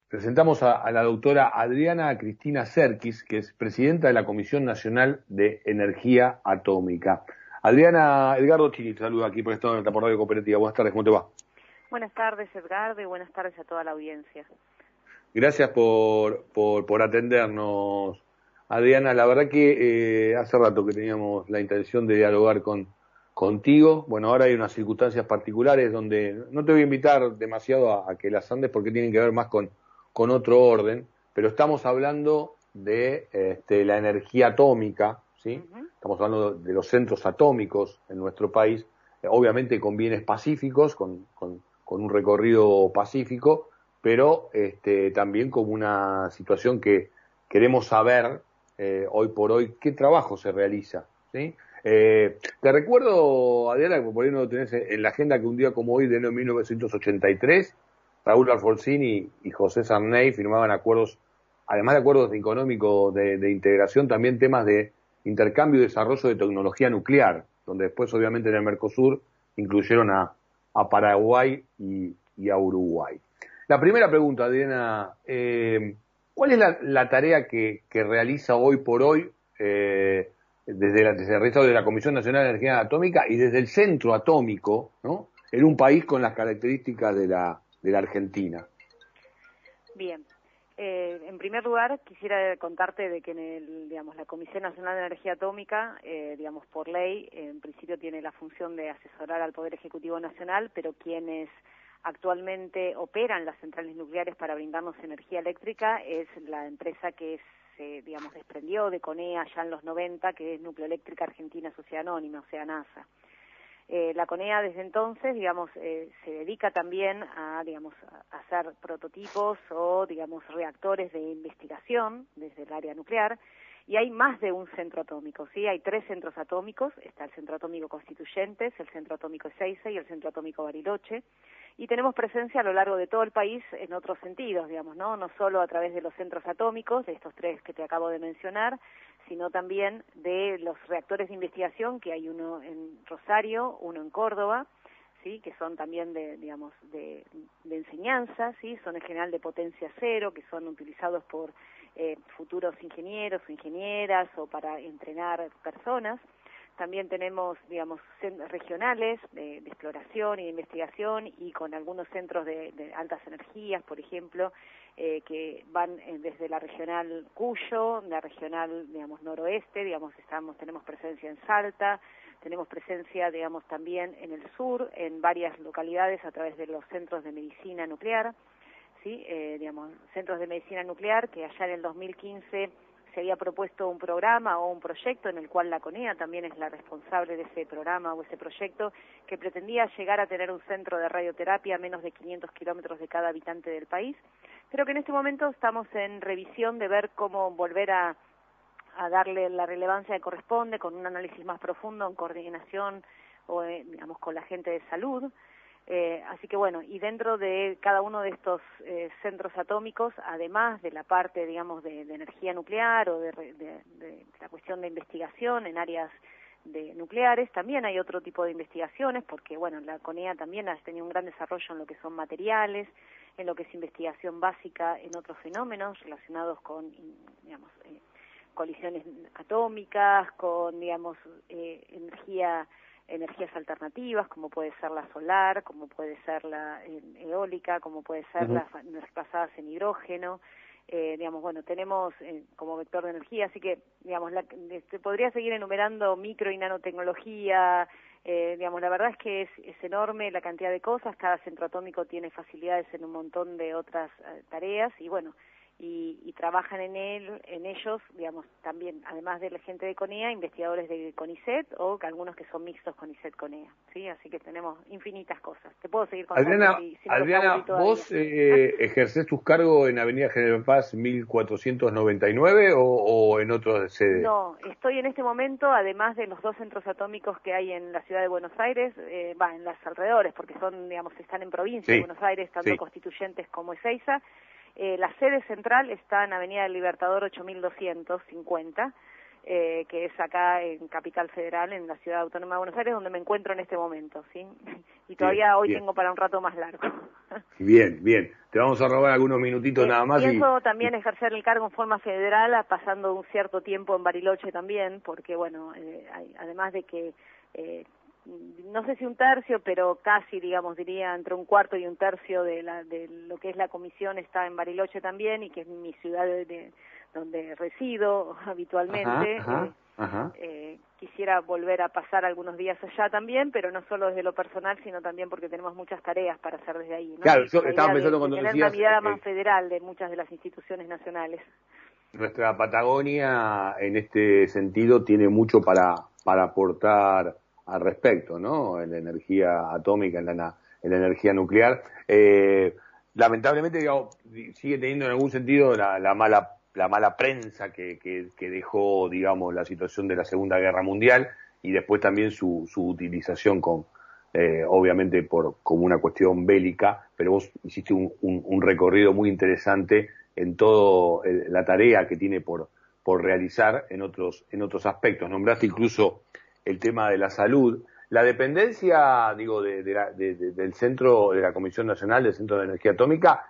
Presentamos a la doctora Adriana Cristina Serkis, que es presidenta de la Comisión Nacional de Energía Atómica. Adriana, Edgardo Chini, te saluda aquí por Estado de Radio Cooperativa. Buenas tardes, ¿cómo te va? Buenas tardes, Edgardo, y buenas tardes a toda la audiencia. Gracias por atendernos, Adriana. La verdad que hace rato que teníamos la intención de dialogar contigo. Bueno, ahora hay unas circunstancias particulares donde no te voy a invitar demasiado a que las andes porque tienen que ver más con otro orden, pero estamos hablando de la energía atómica, ¿sí? Estamos hablando de los centros atómicos en nuestro país, obviamente con bienes pacíficos, con un recorrido pacífico, pero también como una situación que queremos saber hoy por hoy qué trabajo se realiza, ¿sí? Te recuerdo, Adriana, que por ahí no lo tenés en la agenda, que un día como hoy, de 1983, Raúl Alfonsín y José Sarney firmaban acuerdos, además de acuerdos económicos de integración, también temas de intercambio y desarrollo de tecnología nuclear, donde después obviamente en el Mercosur incluyeron a Paraguay y a Uruguay. La primera pregunta, Adriana, ¿cuál es la tarea que realiza hoy por hoy desde el resto de la Comisión Nacional de Energía Atómica y desde el centro atómico, ¿no?, en un país con las características de la Argentina? Bien, en primer lugar quisiera contarte de que la Comisión Nacional de Energía Atómica, por ley, en principio tiene la función de asesorar al Poder Ejecutivo Nacional, pero quienes actualmente operan las centrales nucleares para brindarnos energía eléctrica es la empresa que se desprendió de CONEA ya en los 90, que es Nucleoeléctrica Argentina Sociedad Anónima, o sea, NASA. La CONEA desde entonces, se dedica también a hacer prototipos o, reactores de investigación desde el área nuclear, y hay más de un centro atómico, ¿sí? Hay 3 centros atómicos, está el Centro Atómico Constituyentes, el Centro Atómico Ezeiza y el Centro Atómico Bariloche, y tenemos presencia a lo largo de todo el país en otros sentidos, no solo a través de los centros atómicos, de estos 3 que te acabo de mencionar, sino también de los reactores de investigación, que hay uno en Rosario, uno en Córdoba, sí, que son también de enseñanza, sí, son en general de potencia cero, que son utilizados por futuros ingenieros o ingenieras o para entrenar personas. También tenemos, regionales de exploración y de investigación, y con algunos centros de altas energías, por ejemplo, que van desde la regional Cuyo, la regional, noroeste, tenemos presencia en Salta, tenemos presencia, también en el sur, en varias localidades a través de los centros de medicina nuclear, ¿sí? Centros de medicina nuclear que allá en el 2015 se había propuesto un programa o un proyecto en el cual la CONEA también es la responsable de ese programa o ese proyecto, que pretendía llegar a tener un centro de radioterapia a menos de 500 kilómetros de cada habitante del país, pero que en este momento estamos en revisión de ver cómo volver a darle la relevancia que corresponde, con un análisis más profundo en coordinación o con la gente de salud. Así que bueno, y dentro de cada uno de estos centros atómicos, además de la parte, de energía nuclear o de la cuestión de investigación en áreas nucleares, también hay otro tipo de investigaciones, porque bueno, la CONEA también ha tenido un gran desarrollo en lo que son materiales, en lo que es investigación básica en otros fenómenos relacionados con, colisiones atómicas, con, energías alternativas, como puede ser la solar, como puede ser la eólica, como puede ser las basadas en hidrógeno. Tenemos como vector de energía, así que, podría seguir enumerando micro y nanotecnología. La verdad es que es enorme la cantidad de cosas. Cada centro atómico tiene facilidades en un montón de otras tareas, y bueno, y trabajan en ellos, también, además de la gente de CONEA, investigadores de CONICET o algunos que son mixtos CONICET-CONEA, ¿sí? Así que tenemos infinitas cosas. Te puedo seguir contando. Adriana, ¿vos ejercés tus cargos en Avenida General Paz 1499 o en otras sedes? No, estoy en este momento, además de los 2 centros atómicos que hay en la ciudad de Buenos Aires, en los alrededores, porque están en provincia de Buenos Aires, tanto Constituyentes como Ezeiza. La sede central está en Avenida del Libertador 8250, que es acá en Capital Federal, en la Ciudad Autónoma de Buenos Aires, donde me encuentro en este momento, ¿sí? Y todavía hoy tengo para un rato más largo. Bien, bien. Te vamos a robar algunos minutitos nada más. Pienso también ejercer el cargo en forma federal, pasando un cierto tiempo en Bariloche también, porque, bueno, además de que, no sé si un tercio, pero casi, digamos, diría entre un cuarto y un tercio de lo que es la comisión está en Bariloche también, y que es mi ciudad donde resido habitualmente. Quisiera volver a pasar algunos días allá también, pero no solo desde lo personal, sino también porque tenemos muchas tareas para hacer desde ahí, ¿no? Claro, yo estaba pensando cuando tener decías... una mirada más federal de muchas de las instituciones nacionales. Nuestra Patagonia, en este sentido, tiene mucho para aportar al respecto, ¿no? En la energía atómica, en la energía nuclear. Lamentablemente, digamos, sigue teniendo en algún sentido la mala prensa que dejó, digamos, la situación de la Segunda Guerra Mundial, y después también su utilización obviamente como una cuestión bélica, pero vos hiciste un recorrido muy interesante en toda la tarea que tiene por realizar en otros aspectos. Nombraste incluso el tema de la salud. La dependencia, digo, del centro, de la Comisión Nacional del Centro de Energía Atómica,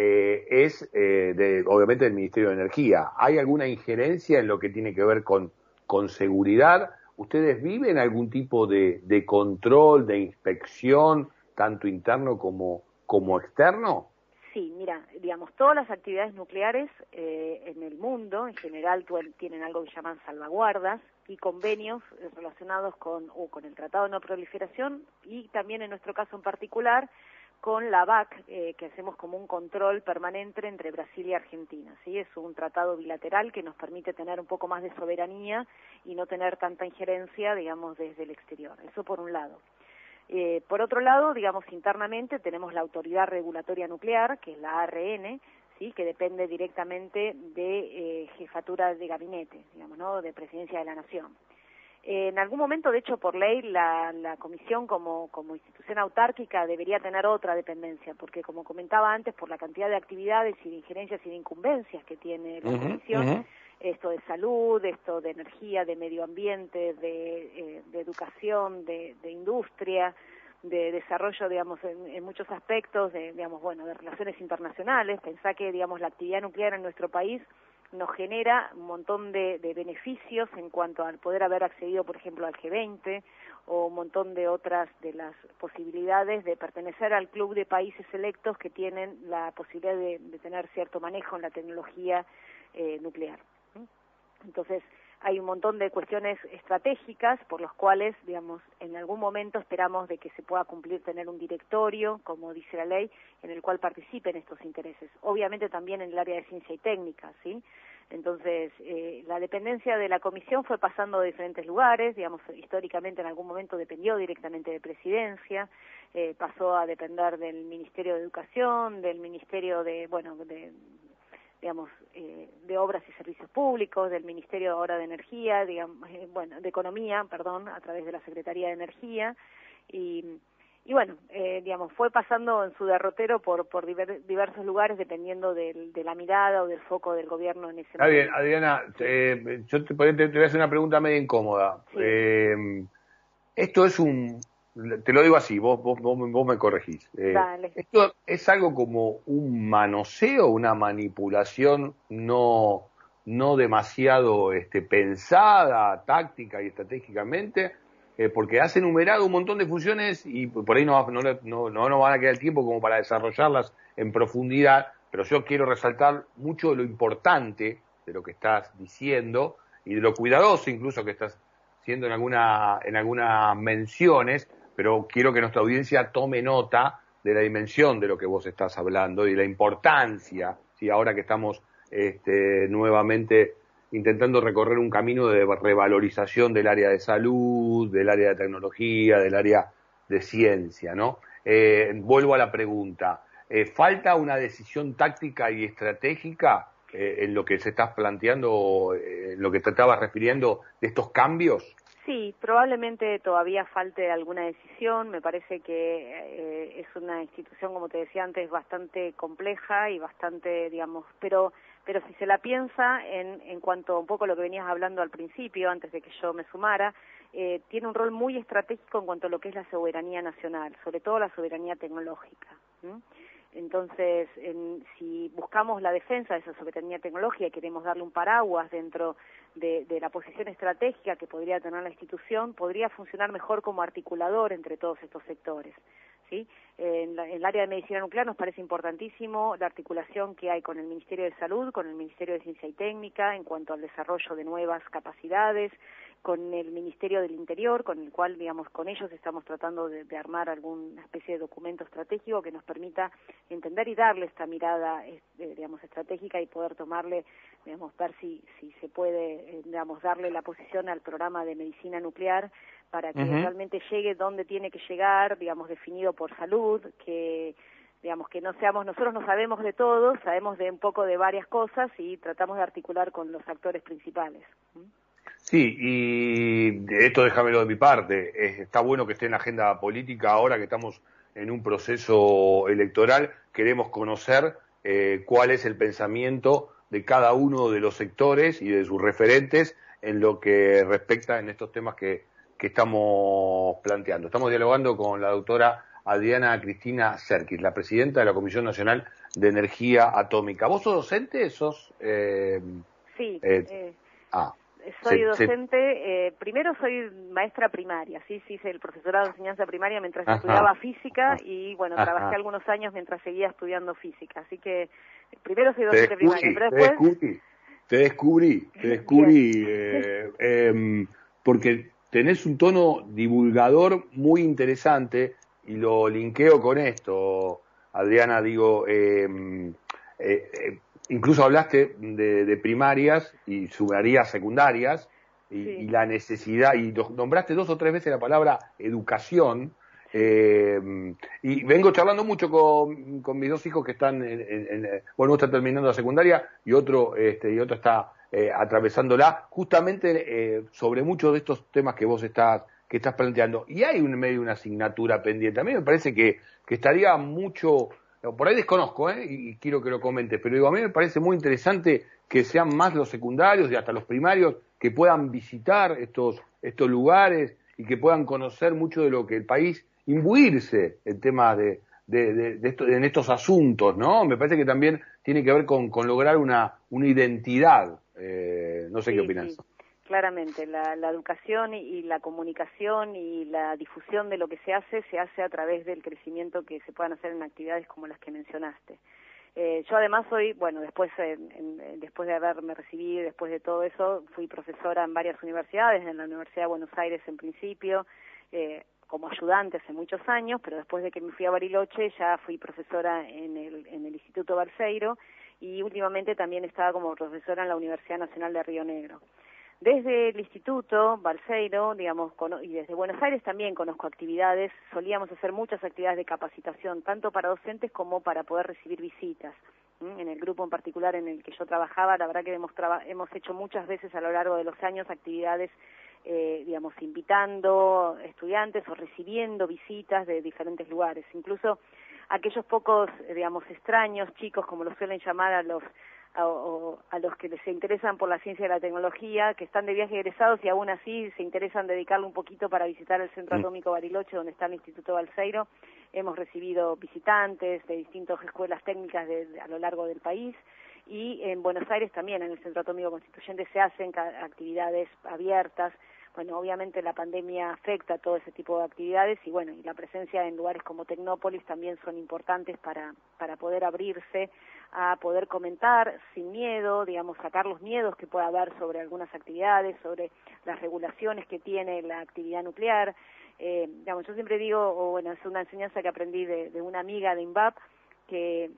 es obviamente del Ministerio de Energía. ¿Hay alguna injerencia en lo que tiene que ver con seguridad? ¿Ustedes viven algún tipo de control, de inspección, tanto interno como externo? Sí, mira, digamos, todas las actividades nucleares en el mundo, en general, tienen algo que llaman salvaguardas y convenios relacionados con el Tratado de No Proliferación, y también, en nuestro caso en particular, con la ABAC, que hacemos como un control permanente entre Brasil y Argentina, ¿sí? Es un tratado bilateral que nos permite tener un poco más de soberanía y no tener tanta injerencia, digamos, desde el exterior. Eso por un lado. Por otro lado, digamos, internamente tenemos la Autoridad Regulatoria Nuclear, que es la ARN, ¿sí? Que depende directamente de jefatura de gabinete, digamos, ¿no? De Presidencia de la Nación. En algún momento, de hecho, por ley, la Comisión como institución autárquica debería tener otra dependencia, porque, como comentaba antes, por la cantidad de actividades y de injerencias y de incumbencias que tiene la Comisión, esto de salud, esto de energía, de medio ambiente, de educación, de industria, de desarrollo, digamos, en muchos aspectos, digamos, bueno, de relaciones internacionales. Pensá que, digamos, la actividad nuclear en nuestro país nos genera un montón de beneficios en cuanto al poder haber accedido, por ejemplo, al G20, o un montón de otras de las posibilidades de pertenecer al club de países electos que tienen la posibilidad de tener cierto manejo en la tecnología nuclear. Entonces, hay un montón de cuestiones estratégicas por las cuales, digamos, en algún momento esperamos de que se pueda cumplir, tener un directorio, como dice la ley, en el cual participen estos intereses. Obviamente también en el área de ciencia y técnica, ¿sí? Entonces, la dependencia de la comisión fue pasando de diferentes lugares, digamos, históricamente en algún momento dependió directamente de Presidencia, pasó a depender del Ministerio de Educación, del Ministerio de Obras y Servicios Públicos, del Ministerio ahora de Energía, digamos, de Economía, perdón, a través de la Secretaría de Energía, y bueno, digamos, fue pasando en su derrotero por diversos lugares, dependiendo de la mirada o del foco del gobierno en ese momento. Está bien, Adriana, yo te voy a hacer una pregunta medio incómoda. Sí. Esto es te lo digo así, vos me corregís. Dale. Esto es algo como un manoseo, una manipulación no demasiado pensada, táctica y estratégicamente, porque has enumerado un montón de funciones y por ahí no van a quedar tiempo como para desarrollarlas en profundidad, pero yo quiero resaltar mucho de lo importante de lo que estás diciendo y de lo cuidadoso incluso que estás siendo en algunas menciones, pero quiero que nuestra audiencia tome nota de la dimensión de lo que vos estás hablando y de la importancia, ¿sí? Ahora que estamos nuevamente intentando recorrer un camino de revalorización del área de salud, del área de tecnología, del área de ciencia, ¿no? Vuelvo a la pregunta. ¿Falta una decisión táctica y estratégica en lo que se estás planteando, en lo que te estabas refiriendo de estos cambios? Sí, probablemente todavía falte alguna decisión. Me parece que es una institución, como te decía antes, bastante compleja y bastante, digamos, pero si se la piensa en cuanto a un poco lo que venías hablando al principio, antes de que yo me sumara, tiene un rol muy estratégico en cuanto a lo que es la soberanía nacional, sobre todo la soberanía tecnológica. Entonces, si buscamos la defensa de esa soberanía tecnológica y queremos darle un paraguas dentro de la posición estratégica que podría tener la institución, podría funcionar mejor como articulador entre todos estos sectores, ¿sí? En el área de medicina nuclear nos parece importantísimo la articulación que hay con el Ministerio de Salud, con el Ministerio de Ciencia y Técnica, en cuanto al desarrollo de nuevas capacidades, con el Ministerio del Interior, con el cual, digamos, con ellos estamos tratando de armar alguna especie de documento estratégico que nos permita entender y darle esta mirada, digamos, estratégica y poder tomarle, digamos, ver si se puede, digamos, darle la posición al programa de medicina nuclear para que realmente llegue donde tiene que llegar, digamos, definido por salud, que digamos que no seamos, nosotros no sabemos de todo, sabemos de un poco de varias cosas y tratamos de articular con los actores principales. Sí, y de esto déjamelo de mi parte, está bueno que esté en la agenda política ahora que estamos en un proceso electoral, queremos conocer cuál es el pensamiento de cada uno de los sectores y de sus referentes en lo que respecta en estos temas que estamos planteando. Estamos dialogando con la doctora Adriana Cristina Serkis, la presidenta de la Comisión Nacional de Energía Atómica. ¿Vos sos docente? Sí. Soy docente, primero soy maestra primaria, sí hice el profesorado de enseñanza primaria mientras Ajá. estudiaba física y bueno, Ajá. trabajé algunos años mientras seguía estudiando física, así que primero soy docente primaria, pero después... Te descubrí, porque tenés un tono divulgador muy interesante y lo linkeo con esto, Adriana, digo, incluso hablaste de primarias y sumarías secundarias y la necesidad, y nombraste 2 o 3 veces la palabra educación, y vengo charlando mucho con mis 2 hijos que están uno está terminando la secundaria y otro está atravesándola, justamente sobre muchos de estos temas que vos estás planteando, y hay medio una asignatura pendiente. A mí me parece que estaría mucho, por ahí desconozco, y quiero que lo comentes, pero digo, a mí me parece muy interesante que sean más los secundarios y hasta los primarios que puedan visitar estos lugares y que puedan conocer mucho de lo que el país, imbuirse en temas de en estos asuntos, ¿no? Me parece que también tiene que ver con lograr una identidad. No sé qué opinas. Sí. Claramente, la educación y la comunicación y la difusión de lo que se hace a través del crecimiento que se puedan hacer en actividades como las que mencionaste. Yo además soy, bueno, después de haberme recibido, después de todo eso, fui profesora en varias universidades, en la Universidad de Buenos Aires en principio, como ayudante hace muchos años, pero después de que me fui a Bariloche ya fui profesora en el Instituto Balseiro y últimamente también estaba como profesora en la Universidad Nacional de Río Negro. Desde el Instituto Balseiro, digamos, y desde Buenos Aires también conozco actividades, solíamos hacer muchas actividades de capacitación, tanto para docentes como para poder recibir visitas. En el grupo en particular en el que yo trabajaba, la verdad que hemos hecho muchas veces a lo largo de los años actividades, digamos, invitando estudiantes o recibiendo visitas de diferentes lugares. Incluso aquellos pocos, digamos, extraños, chicos, como los suelen llamar a los que les interesan por la ciencia y la tecnología, que están de viaje egresados y aún así se interesan dedicarle un poquito para visitar el Centro Atómico Bariloche, donde está el Instituto Balseiro. Hemos recibido visitantes de distintas escuelas técnicas a lo largo del país, y en Buenos Aires también, en el Centro Atómico Constituyente, se hacen actividades abiertas. Bueno, obviamente la pandemia afecta a todo ese tipo de actividades y bueno, y la presencia en lugares como Tecnópolis también son importantes para poder abrirse a poder comentar sin miedo, digamos, sacar los miedos que pueda haber sobre algunas actividades, sobre las regulaciones que tiene la actividad nuclear. Digamos, yo siempre digo, bueno, es una enseñanza que aprendí de una amiga de INVAP, que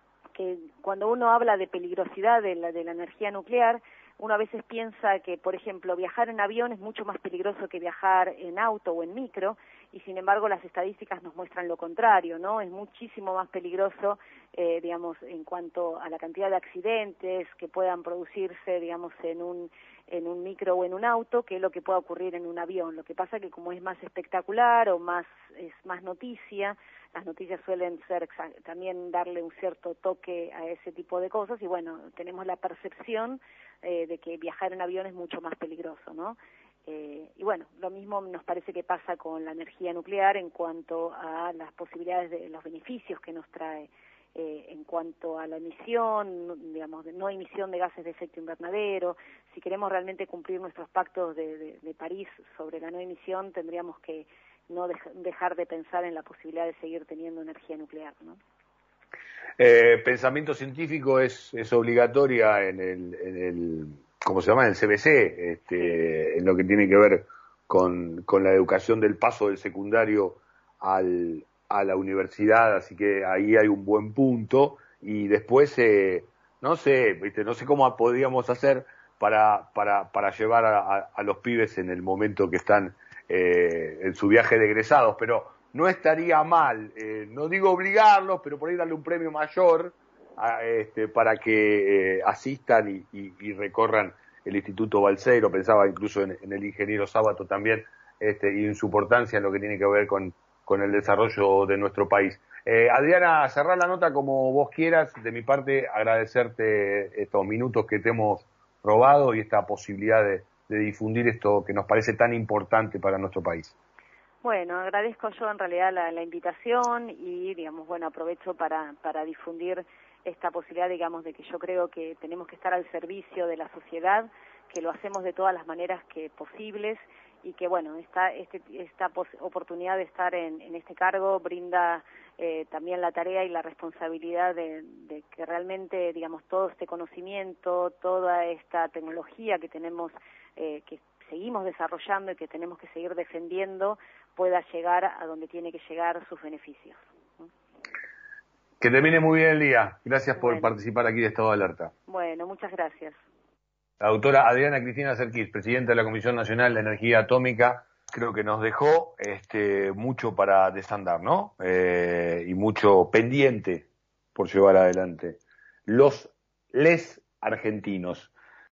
cuando uno habla de peligrosidad de la energía nuclear, uno a veces piensa que, por ejemplo, viajar en avión es mucho más peligroso que viajar en auto o en micro, y sin embargo las estadísticas nos muestran lo contrario, ¿no? Es muchísimo más peligroso, digamos, en cuanto a la cantidad de accidentes que puedan producirse, digamos, en un micro o en un auto, que lo que pueda ocurrir en un avión. Lo que pasa que como es más espectacular o es más noticia, las noticias suelen ser también darle un cierto toque a ese tipo de cosas, y bueno, tenemos la percepción de que viajar en avión es mucho más peligroso, ¿no? Y bueno, lo mismo nos parece que pasa con la energía nuclear en cuanto a las posibilidades de los beneficios que nos trae en cuanto a la emisión, digamos, no emisión de gases de efecto invernadero. Si queremos realmente cumplir nuestros pactos de París sobre la no emisión, tendríamos que no dejar de pensar en la posibilidad de seguir teniendo energía nuclear, ¿no? Pensamiento científico es obligatoria en el ¿cómo se llama? En el CBC, en lo que tiene que ver con la educación del paso del secundario a la universidad, así que ahí hay un buen punto. Y después, no sé cómo podríamos hacer para llevar a los pibes en el momento que están en su viaje de egresados, pero no estaría mal, no digo obligarlos, pero por ahí darle un premio mayor para que asistan y recorran el Instituto Balseiro. Pensaba incluso en el ingeniero Sábato también, y en su importancia en lo que tiene que ver con el desarrollo de nuestro país. Adriana, cerrar la nota como vos quieras. De mi parte, agradecerte estos minutos que te hemos robado y esta posibilidad de difundir esto que nos parece tan importante para nuestro país. Bueno, agradezco yo en realidad la invitación y, digamos, bueno, aprovecho para difundir esta posibilidad, digamos, de que yo creo que tenemos que estar al servicio de la sociedad, que lo hacemos de todas las maneras que posibles, y que, bueno, esta oportunidad de estar en este cargo brinda también la tarea y la responsabilidad de que realmente, digamos, todo este conocimiento, toda esta tecnología que tenemos, que seguimos desarrollando y que tenemos que seguir defendiendo, pueda llegar a donde tiene que llegar sus beneficios. Que termine muy bien el día. Gracias por participar aquí de Estado de Alerta. Bueno, muchas gracias. La doctora Adriana Cristina Serkis, presidenta de la Comisión Nacional de Energía Atómica, creo que nos dejó mucho para desandar, ¿no? Y mucho pendiente por llevar adelante. Les argentinos.